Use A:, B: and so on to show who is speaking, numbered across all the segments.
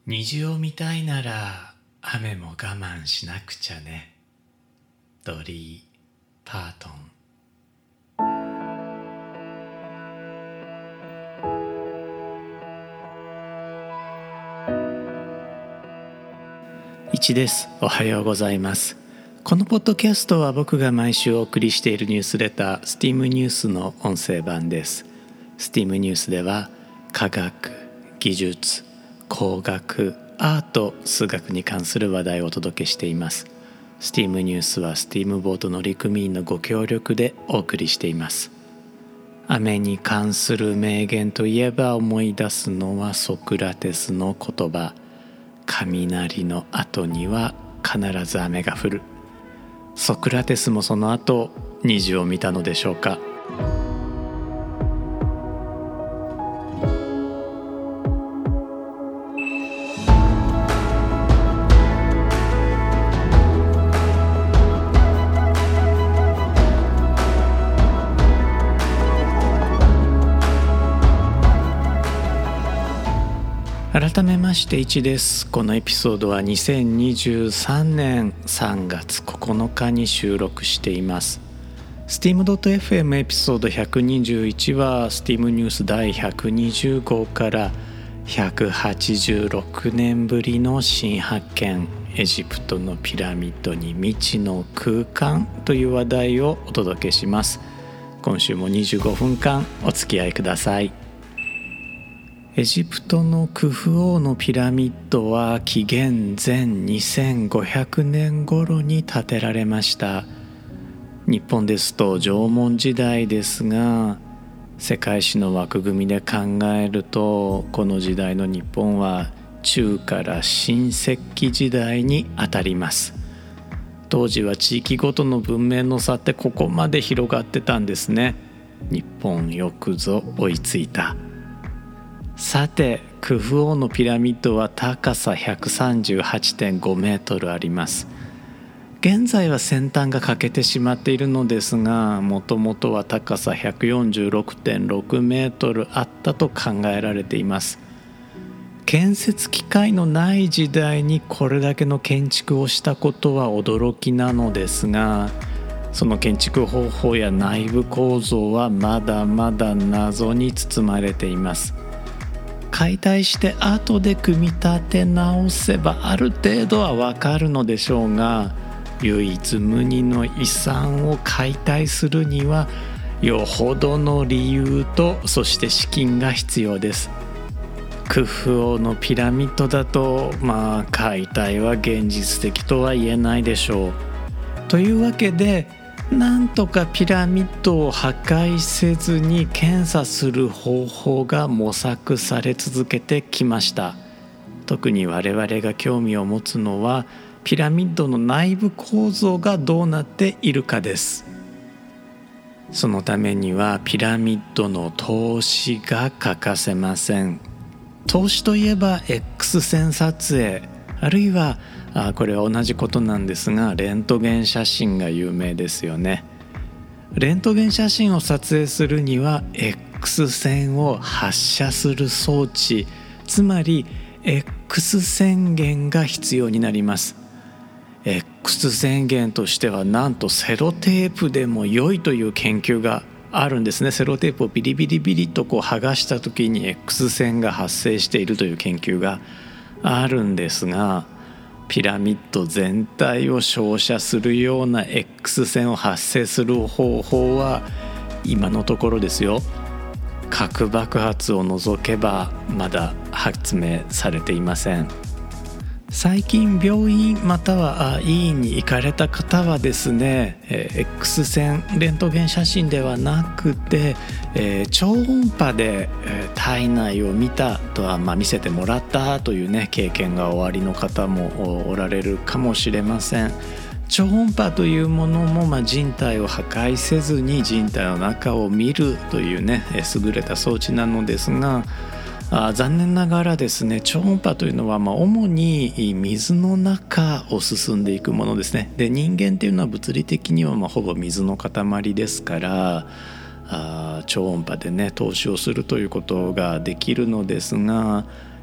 A: 虹を見たいなら雨も我慢しなくちゃね。ドリー・パートン。1です。おはようございます。このポッドキャストは僕が毎週お送りしているニュースレター STEAM ニュースの音声版です。 STEAM ニュースでは科学、技術、工学、アート、数学に関する話題をお届けしています。 STEAM ニュースは STEAM ボート乗組員のご協力でお送りしています。雨に関する名言といえば思い出すのはソクラテスの言葉、雷の後には必ず雨が降る。ソクラテスもその後虹を見たのでしょうか。改めまして1です。このエピソードは2023年3月9日に収録しています。 steam.fm エピソード121は STEAM ニュース第120号から186年ぶりの新発見、エジプトのピラミッドに未知の空間という話題をお届けします。今週も25分間お付き合いください。エジプトのクフ王のピラミッドは紀元前2500年頃に建てられました。日本ですと縄文時代ですが、世界史の枠組みで考えるとこの時代の日本は中から新石器時代にあたります。当時は地域ごとの文明の差ってここまで広がってたんですね。日本よくぞ追いついた。さて、クフ王のピラミッドは高さ 138.5 メートルあります。現在は先端が欠けてしまっているのですが、もともとは高さ 146.6 メートルあったと考えられています。建設機械のない時代にこれだけの建築をしたことは驚きなのですが、その建築方法や内部構造はまだまだ謎に包まれています。解体して後で組み立て直せばある程度はわかるのでしょうが、唯一無二の遺産を解体するにはよほどの理由とそして資金が必要です。クフ王のピラミッドだと解体は現実的とは言えないでしょう。というわけで、なんとかピラミッドを破壊せずに検査する方法が模索され続けてきました。特に我々が興味を持つのはピラミッドの内部構造がどうなっているかです。そのためにはピラミッドの透視が欠かせません。透視といえば X 線撮影、あるいはこれは同じことなんですが、レントゲン写真が有名ですよね。レントゲン写真を撮影するには X 線を発射する装置、つまり X 線源が必要になります。 X 線源としてはなんとセロテープでも良いという研究があるんですね。セロテープをビリビリビリと剥がした時に X 線が発生しているという研究があるんですが、ピラミッド全体を照射するような X 線を発生する方法は今のところですよ、核爆発を除けばまだ発明されていません。最近病院または医院に行かれた方はですね、X 線レントゲン写真ではなくて、超音波で体内を見たとは見せてもらったというね経験がおありの方もおられるかもしれません。超音波というものも人体を破壊せずに人体の中を見るというね優れた装置なのですが、残念ながらですね、超音波というのは主に水の中を進んでいくものですね。で、人間っていうのは物理的にはほぼ水の塊ですから、超音波でね透視をするということができるのですが、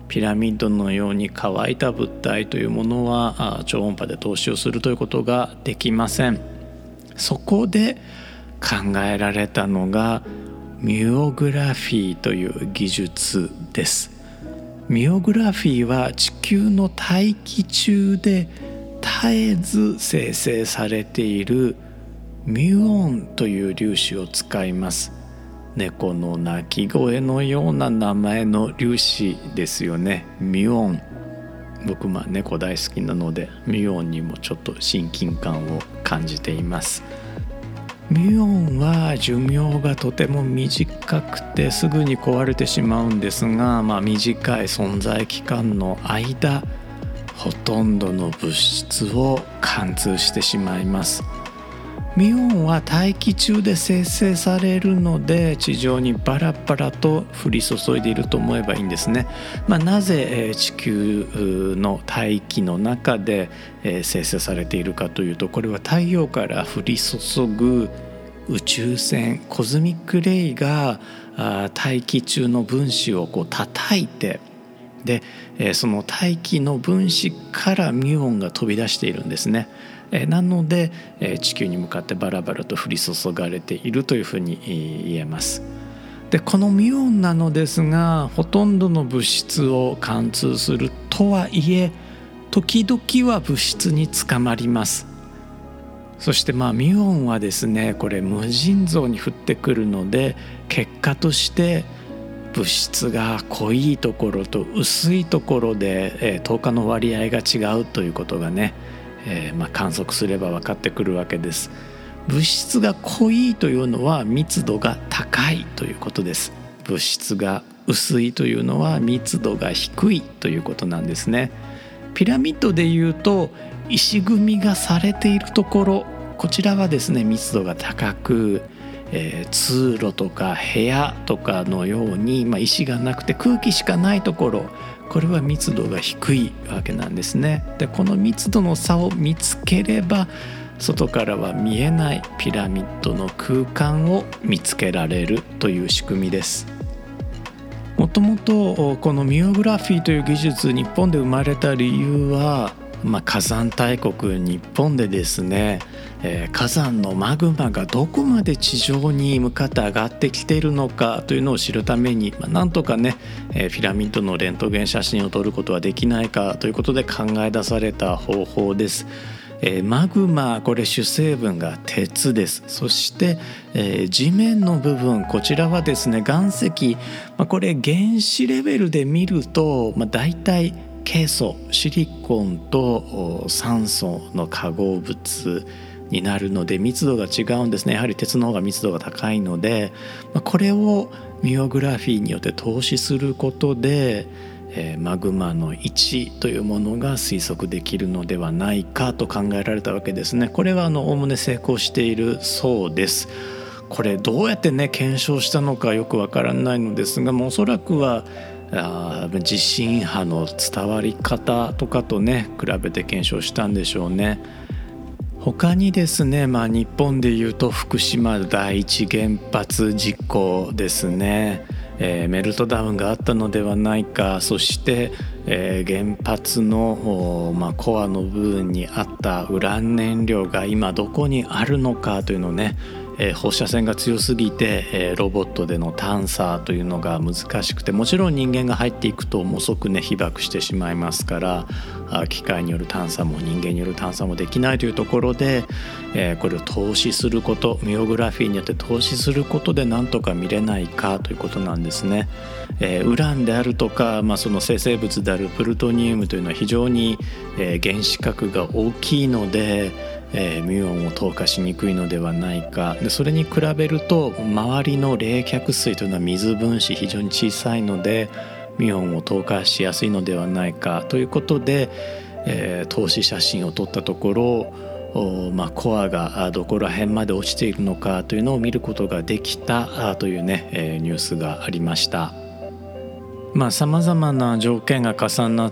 A: ピラミッドのように乾いた物体というものは超音波で透視をするということができません。そこで考えられたのがミュオグラフィーという技術です。ミュオグラフィーは地球の大気中で絶えず生成されているミュオンという粒子を使います。猫の鳴き声のような名前の粒子ですよね。ミュオン。僕猫大好きなのでミュオンにもちょっと親近感を感じています。ミュオンは寿命がとても短くてすぐに壊れてしまうんですが、短い存在期間の間ほとんどの物質を貫通してしまいます。ミュオンは大気中で生成されるので地上にバラバラと降り注いでいると思えばいいんですね。なぜ地球の大気の中で生成されているかというと、これは太陽から降り注ぐ宇宙線コズミックレイが大気中の分子を叩いて、でその大気の分子からミュオンが飛び出しているんですね。なので地球に向かってバラバラと降り注がれているというふうに言えます。でこのミュオンなのですが、ほとんどの物質を貫通するとはいえ時々は物質に捕まります。そしてミュオンはですね、これ無尽蔵に降ってくるので、結果として物質が濃いところと薄いところで透過の割合が違うということがね、観測すれば分かってくるわけです。物質が濃いというのは密度が高いということです。物質が薄いというのは密度が低いということなんですね。ピラミッドでいうと石組みがされているところ、こちらはですね密度が高く、通路とか部屋とかのように、石がなくて空気しかないところ、これは密度が低いわけなんですね。でこの密度の差を見つければ外からは見えないピラミッドの空間を見つけられるという仕組みです。もともとこのミュオグラフィーという技術、日本で生まれた理由は、火山大国日本でですね、火山のマグマがどこまで地上に向かって上がってきているのかというのを知るために、なんとかね、ピラミッドのレントゲン写真を撮ることはできないかということで考え出された方法です。マグマ、これ主成分が鉄です。そして、地面の部分、こちらはですね岩石、これ原子レベルで見ると、だいたいケイ素、シリコンと酸素の化合物になるので密度が違うんですね。やはり鉄の方が密度が高いので、これをミュオグラフィーによって透視することで、マグマの位置というものが推測できるのではないかと考えられたわけですね。これはおおむね成功しているそうです。これどうやってね検証したのかよくわからないのですが、おそらくは地震波の伝わり方とかとね比べて検証したんでしょうね。他にですね、日本でいうと福島第一原発事故ですね、メルトダウンがあったのではないか。そして、原発の、コアの部分にあったウラン燃料が今どこにあるのかというのをね、放射線が強すぎて、ロボットでの探査というのが難しくて、もちろん人間が入っていくと即ね被爆してしまいますから、機械による探査も人間による探査もできないというところで、これを透視すること、ミュオグラフィーによって透視することでなんとか見れないかということなんですね。ウランであるとか、その生成物であるプルトニウムというのは非常に、原子核が大きいので、ミュオンを透過しにくいのではないか。でそれに比べると周りの冷却水というのは水分子非常に小さいのでミュオンを透過しやすいのではないかということで、透視写真を撮ったところ、コアがどこら辺まで落ちているのかというのを見ることができたというね、ニュースがありました。さまざまな条件が重なって、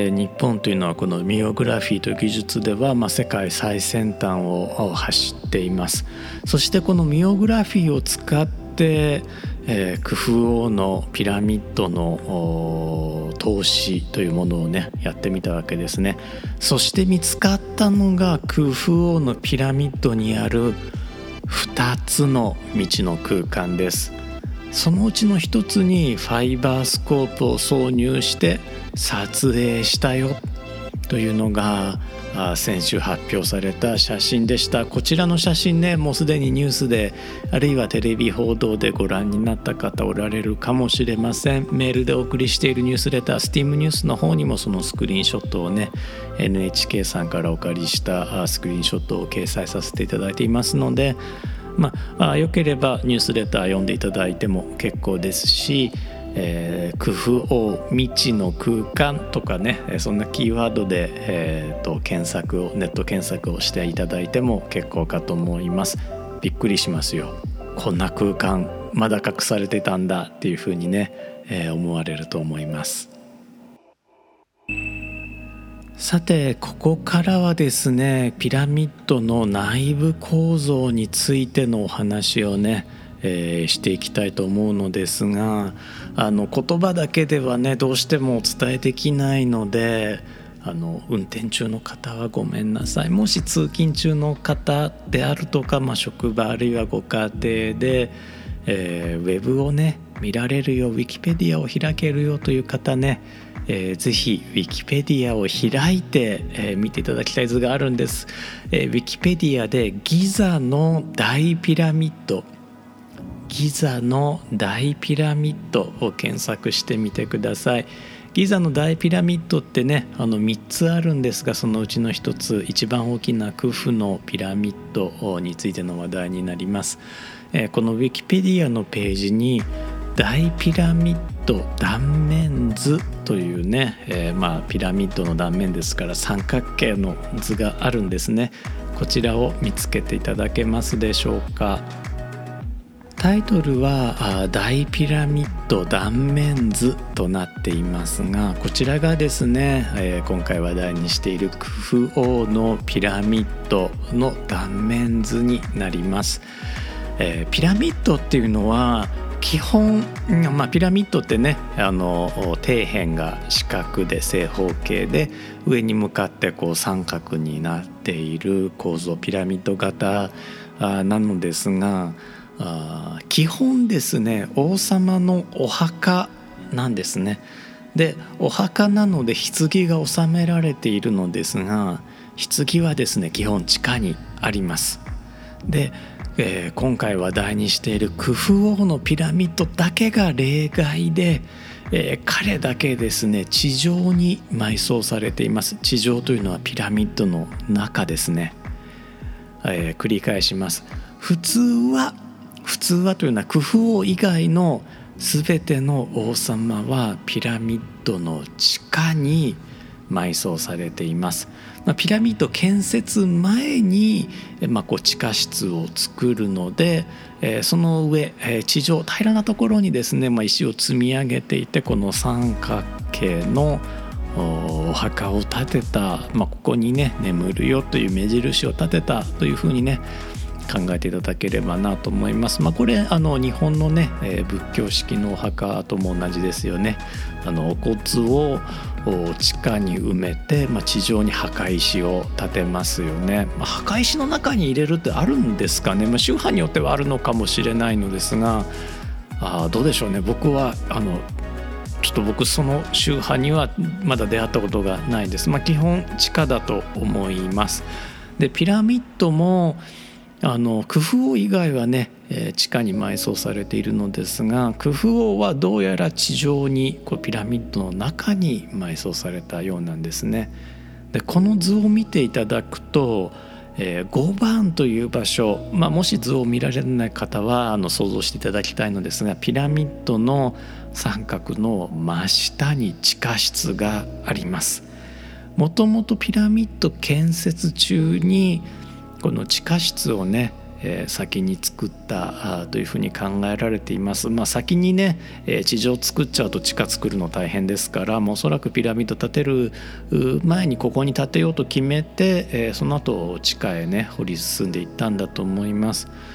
A: 日本というのはこのミュオグラフィーという技術では、世界最先端を走っています。そしてこのミュオグラフィーを使って、 クフ王のピラミッドの透視というものをねやってみたわけですね。そして見つかったのがクフ王のピラミッドにある2つの未知の空間です。そのうちの一つにファイバースコープを挿入して撮影したよというのが先週発表された写真でした。こちらの写真ね、もうすでにニュースであるいはテレビ報道でご覧になった方おられるかもしれません。メールでお送りしているニュースレター STEAM ニュースの方にもそのスクリーンショットをね NHK さんからお借りしたスクリーンショットを掲載させていただいていますので、よければニュースレター読んでいただいても結構ですし、クフ王未知の空間とかね、そんなキーワードで、ネット検索をしていただいても結構かと思います。びっくりしますよ。こんな空間まだ隠されてたんだっていうふうにね、思われると思います。さてここからはですね、ピラミッドの内部構造についてのお話をね、していきたいと思うのですが、言葉だけではねどうしてもお伝えできないので、運転中の方はごめんなさい。もし通勤中の方であるとか、職場あるいはご家庭で、ウェブをね見られるよ、ウィキペディアを開けるよという方ね、ぜひウィキペディアを開いて、見ていただきたい図があるんです。ウィキペディアでギザの大ピラミッドを検索してみてください。ギザの大ピラミッドってね3つあるんですが、そのうちの1つ一番大きなクフのピラミッドについての話題になります。このウィキペディアのページに大ピラミッド断面図というね、ピラミッドの断面ですから三角形の図があるんですね。こちらを見つけていただけますでしょうか。タイトルは大ピラミッド断面図となっていますが、こちらがですね、今回話題にしているクフ王のピラミッドの断面図になります。ピラミッドっていうのは基本、ピラミッドってね底辺が四角で正方形で上に向かってこう三角になっている構造、ピラミッド型なのですが、基本ですね王様のお墓なんですね。でお墓なので棺が収められているのですが、棺はですね基本地下にあります。で、今回話題にしているクフ王のピラミッドだけが例外で、彼だけですね地上に埋葬されています。地上というのはピラミッドの中ですね。繰り返します。普通はというのはクフ王以外のすべての王様はピラミッドの地下に埋葬されています。ピラミッド建設前に、地下室を作るので、その上、地上平らなところにですね、石を積み上げていて、この三角形のお墓を建てた、ここにね眠るよという目印を立てたというふうにね考えていただければなと思います。これ日本のね、仏教式のお墓とも同じですよね。お骨を地下に埋めて、地上に墓石を建てますよね。墓石の中に入れるってあるんですかね。宗派によってはあるのかもしれないのですが、どうでしょうね。僕は僕その宗派にはまだ出会ったことがないです。基本地下だと思います。でピラミッドもクフ王以外はね、地下に埋葬されているのですが、クフ王はどうやら地上にピラミッドの中に埋葬されたようなんですね。でこの図を見ていただくと、5番という場所、もし図を見られない方は想像していただきたいのですが、ピラミッドの三角の真下に地下室があります。もともとピラミッド建設中にこの地下室をね、先に作ったというふうに考えられています。先にね、地上作っちゃうと地下作るの大変ですから、おそらくピラミッド建てる前にここに建てようと決めて、その後地下へね掘り進んでいったんだと思います。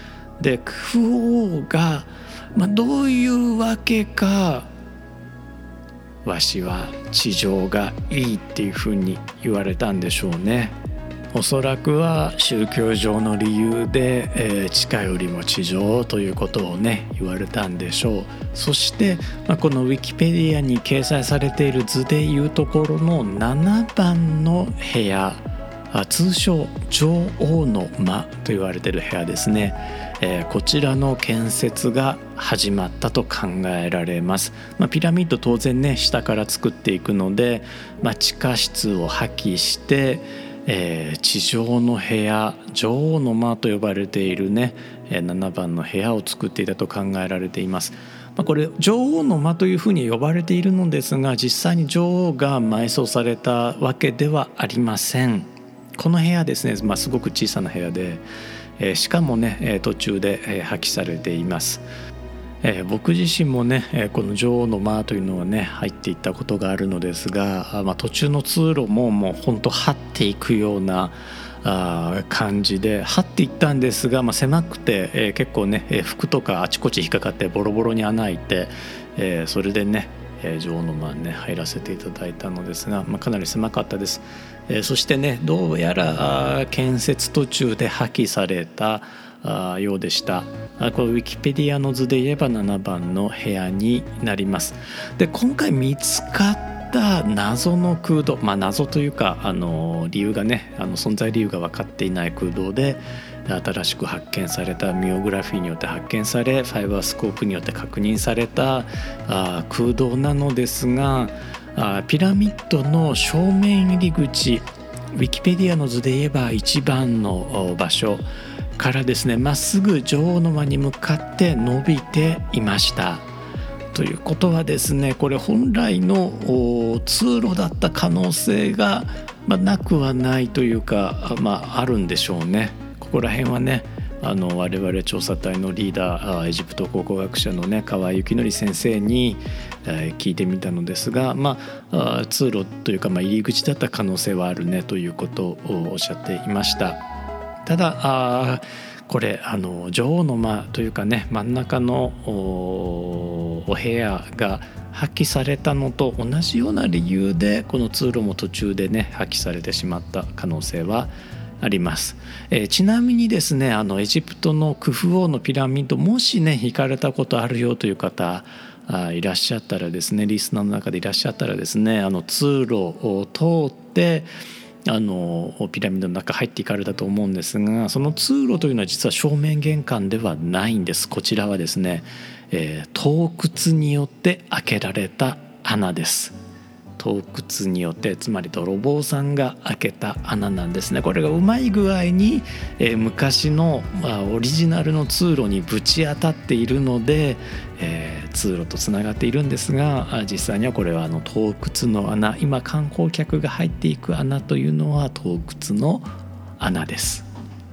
A: でクフ王が、どういうわけかわしは地上がいいっていうふうに言われたんでしょうね。おそらくは宗教上の理由で、地下よりも地上ということをね言われたんでしょう。そして、このウィキペディアに掲載されている図でいうところの7番の部屋、通称女王の間と言われている部屋ですね、こちらの建設が始まったと考えられます。ピラミッド当然ね下から作っていくので、地下室を破棄して地上の部屋、女王の間と呼ばれているね7番の部屋を作っていたと考えられています。これ女王の間というふうに呼ばれているのですが、実際に女王が埋葬されたわけではありません。この部屋ですね、すごく小さな部屋で、しかもね途中で破棄されています。僕自身もねこの女王の間というのはね入っていったことがあるのですが、途中の通路ももうほんと張っていくような感じで張っていったんですが、狭くて、結構ね服とかあちこち引っかかってボロボロに穴開いて、それでね女王の間ね入らせていただいたのですが、かなり狭かったです。そしてねどうやら建設途中で破棄されたようでした。このウィキペディアの図で言えば7番の部屋になります。で今回見つかった謎の空洞、謎というか理由がね存在理由が分かっていない空洞で、新しく発見されたミオグラフィーによって発見されファイバースコープによって確認された空洞なのですが、ピラミッドの正面入り口、ウィキペディアの図で言えば一番の場所からですねまっすぐ女王の間に向かって伸びていました。ということはですね、これ本来の通路だった可能性が、なくはないというか、あるんでしょうね。ここら辺はね我々調査隊のリーダーエジプト考古学者のね河合幸則先生に聞いてみたのですが、通路というか、入り口だった可能性はあるねということをおっしゃっていました。ただこれ女王の間というかね真ん中のお部屋が破棄されたのと同じような理由でこの通路も途中でね破棄されてしまった可能性はあります。ちなみにですねエジプトのクフ王のピラミッドもしね行かれたことあるよという方いらっしゃったらですね、リスナーの中でいらっしゃったらですね通路を通ってピラミッドの中入っていかれたと思うんですが、その通路というのは実は正面玄関ではないんです。こちらはですね、盗掘によって開けられた穴です。盗掘によってつまり泥棒さんが開けた穴なんですね。これがうまい具合に、昔の、オリジナルの通路にぶち当たっているので、通路とつながっているんですが、実際にはこれは盗掘の穴、今観光客が入っていく穴というのは盗掘の穴です。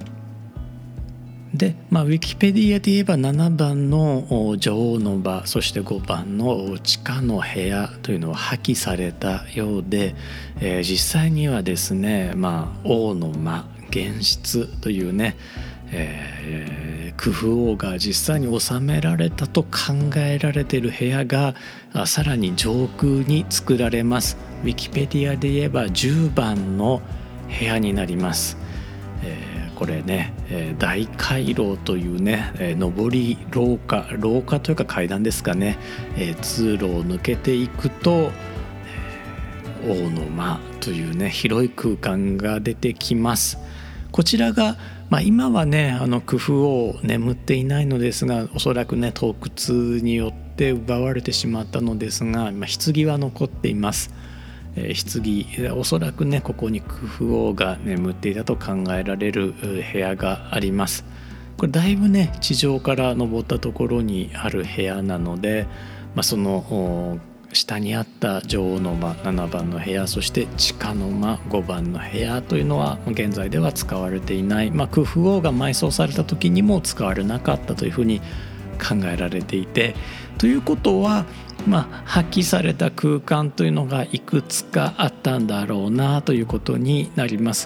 A: で、ウィキペディアで言えば7番の女王の場、そして5番の地下の部屋というのは破棄されたようで、実際にはですね、王の間、玄室というね、クフ王が実際に収められたと考えられている部屋がさらに上空に作られます。ウィキペディアで言えば10番の部屋になります。これね、大回廊というね、上り廊下というか階段ですかね、通路を抜けていくと、王の間というね広い空間が出てきます。こちらが、今はねクフ王眠っていないのですが、おそらくね盗掘によって奪われてしまったのですが、棺は残っています。棺、おそらくねここにクフ王が眠っていたと考えられる部屋があります。これだいぶね地上から登ったところにある部屋なので、その下にあった女王の間7番の部屋、そして地下の間5番の部屋というのは現在では使われていない、クフ王が埋葬された時にも使われなかったというふうに考えられていて、ということは破棄された空間というのがいくつかあったんだろうなということになります。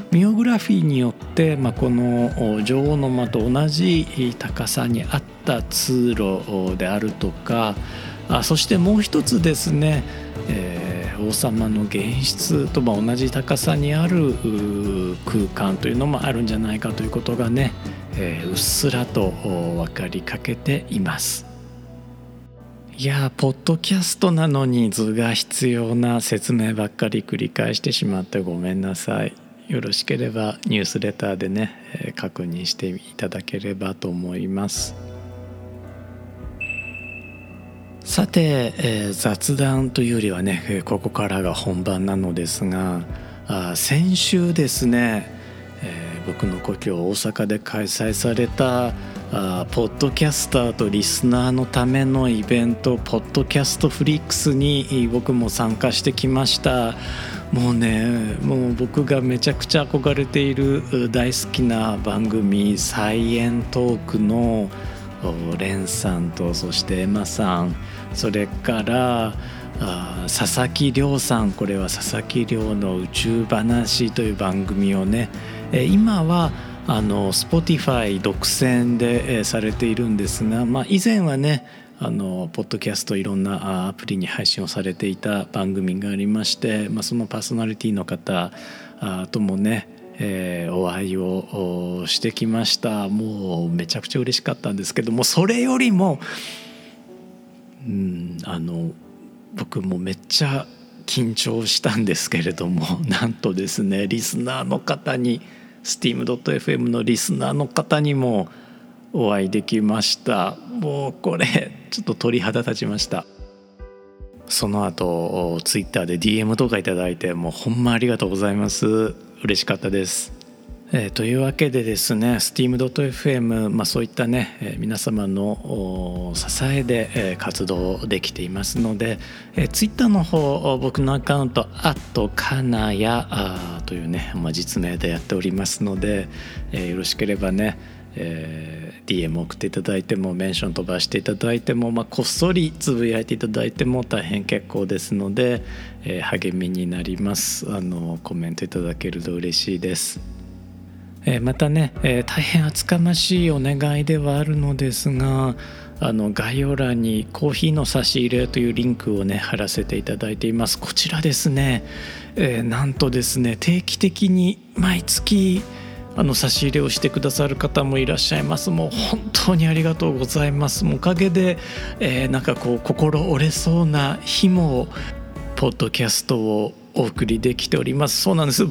A: ミオグラフィーによって、この女王の間と同じ高さにあった通路であるとか、そしてもう一つですね、王様の玄室と同じ高さにある空間というのもあるんじゃないかということがね、うっすらと分かりかけています。いやポッドキャストなのに図が必要な説明ばっかり繰り返してしまってごめんなさい。よろしければニュースレターでね、確認していただければと思います。さて、雑談というよりはね、ここからが本番なのですが、先週ですね、僕の故郷大阪で開催されたポッドキャスターとリスナーのためのイベント、ポッドキャストフリックスに僕も参加してきました。もう僕がめちゃくちゃ憧れている大好きな番組サイエントークのレンさんと、そしてエマさん、それから佐々木亮さん、これは佐々木亮の宇宙話という番組をね、今はSpotify 独占でされているんですが、以前はねポッドキャストいろんなアプリに配信をされていた番組がありまして、そのパーソナリティの方ともね、お会いをしてきました。もうめちゃくちゃ嬉しかったんですけども、それよりも僕もめっちゃ緊張したんですけれども、なんとですね、リスナーの方にsteam.fm のリスナーの方にもお会いできました。もうこれちょっと鳥肌立ちました。その後ツイッターで DM とかいただいて、もうほんまありがとうございます。嬉しかったです。というわけでですね、 steam.fm、そういったね、皆様の支えで、活動できていますので、ツイッターの方、僕のアカウント@KANAYAというね、実名でやっておりますので、よろしければね、DM 送っていただいても、メンション飛ばしていただいても、こっそりつぶやいていただいても大変結構ですので、励みになります。コメントいただけると嬉しいです。またね、大変厚かましいお願いではあるのですが、概要欄にコーヒーの差し入れというリンクをね貼らせていただいています。こちらですね、なんとですね、定期的に毎月差し入れをしてくださる方もいらっしゃいます。もう本当にありがとうございます。おかげで、なんかこう心折れそうな日もポッドキャストをお送りできております。そうなんです。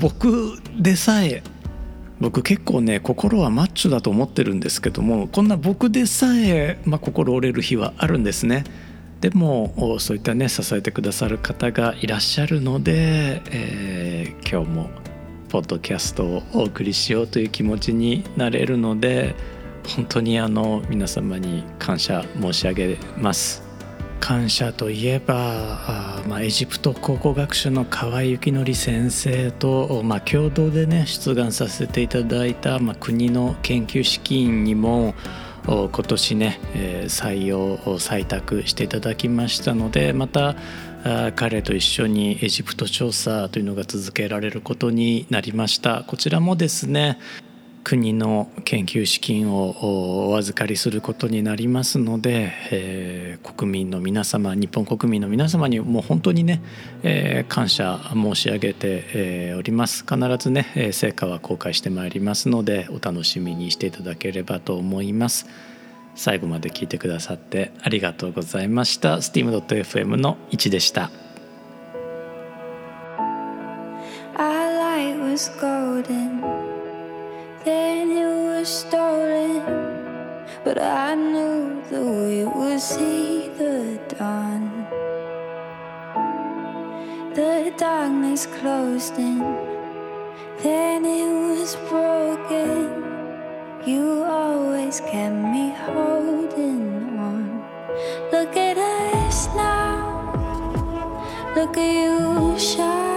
A: 僕結構ね、心はマッチョだと思ってるんですけども、こんな僕でさえ、心折れる日はあるんですね。でもそういったね支えてくださる方がいらっしゃるので、今日もポッドキャストをお送りしようという気持ちになれるので、本当に皆様に感謝申し上げます。感謝といえばエジプト考古学者の河合幸則先生と、共同でね出願させていただいた、国の研究資金にも今年ね、採用採択していただきましたので、また彼と一緒にエジプト調査というのが続けられることになりました。こちらもですね、国の研究資金をお預かりすることになりますので、国民の皆様、日本国民の皆様にもう本当にね、感謝申し上げて、おります。必ずね、成果は公開してまいりますので、お楽しみにしていただければと思います。最後まで聞いてくださってありがとうございました。 steam.fm の1でした。
B: Our light was golden, then it was stolen, but I knew that we would see the dawn. The darkness closed in, then it was broken. You always kept me holding on. Look at us now, look at you shine.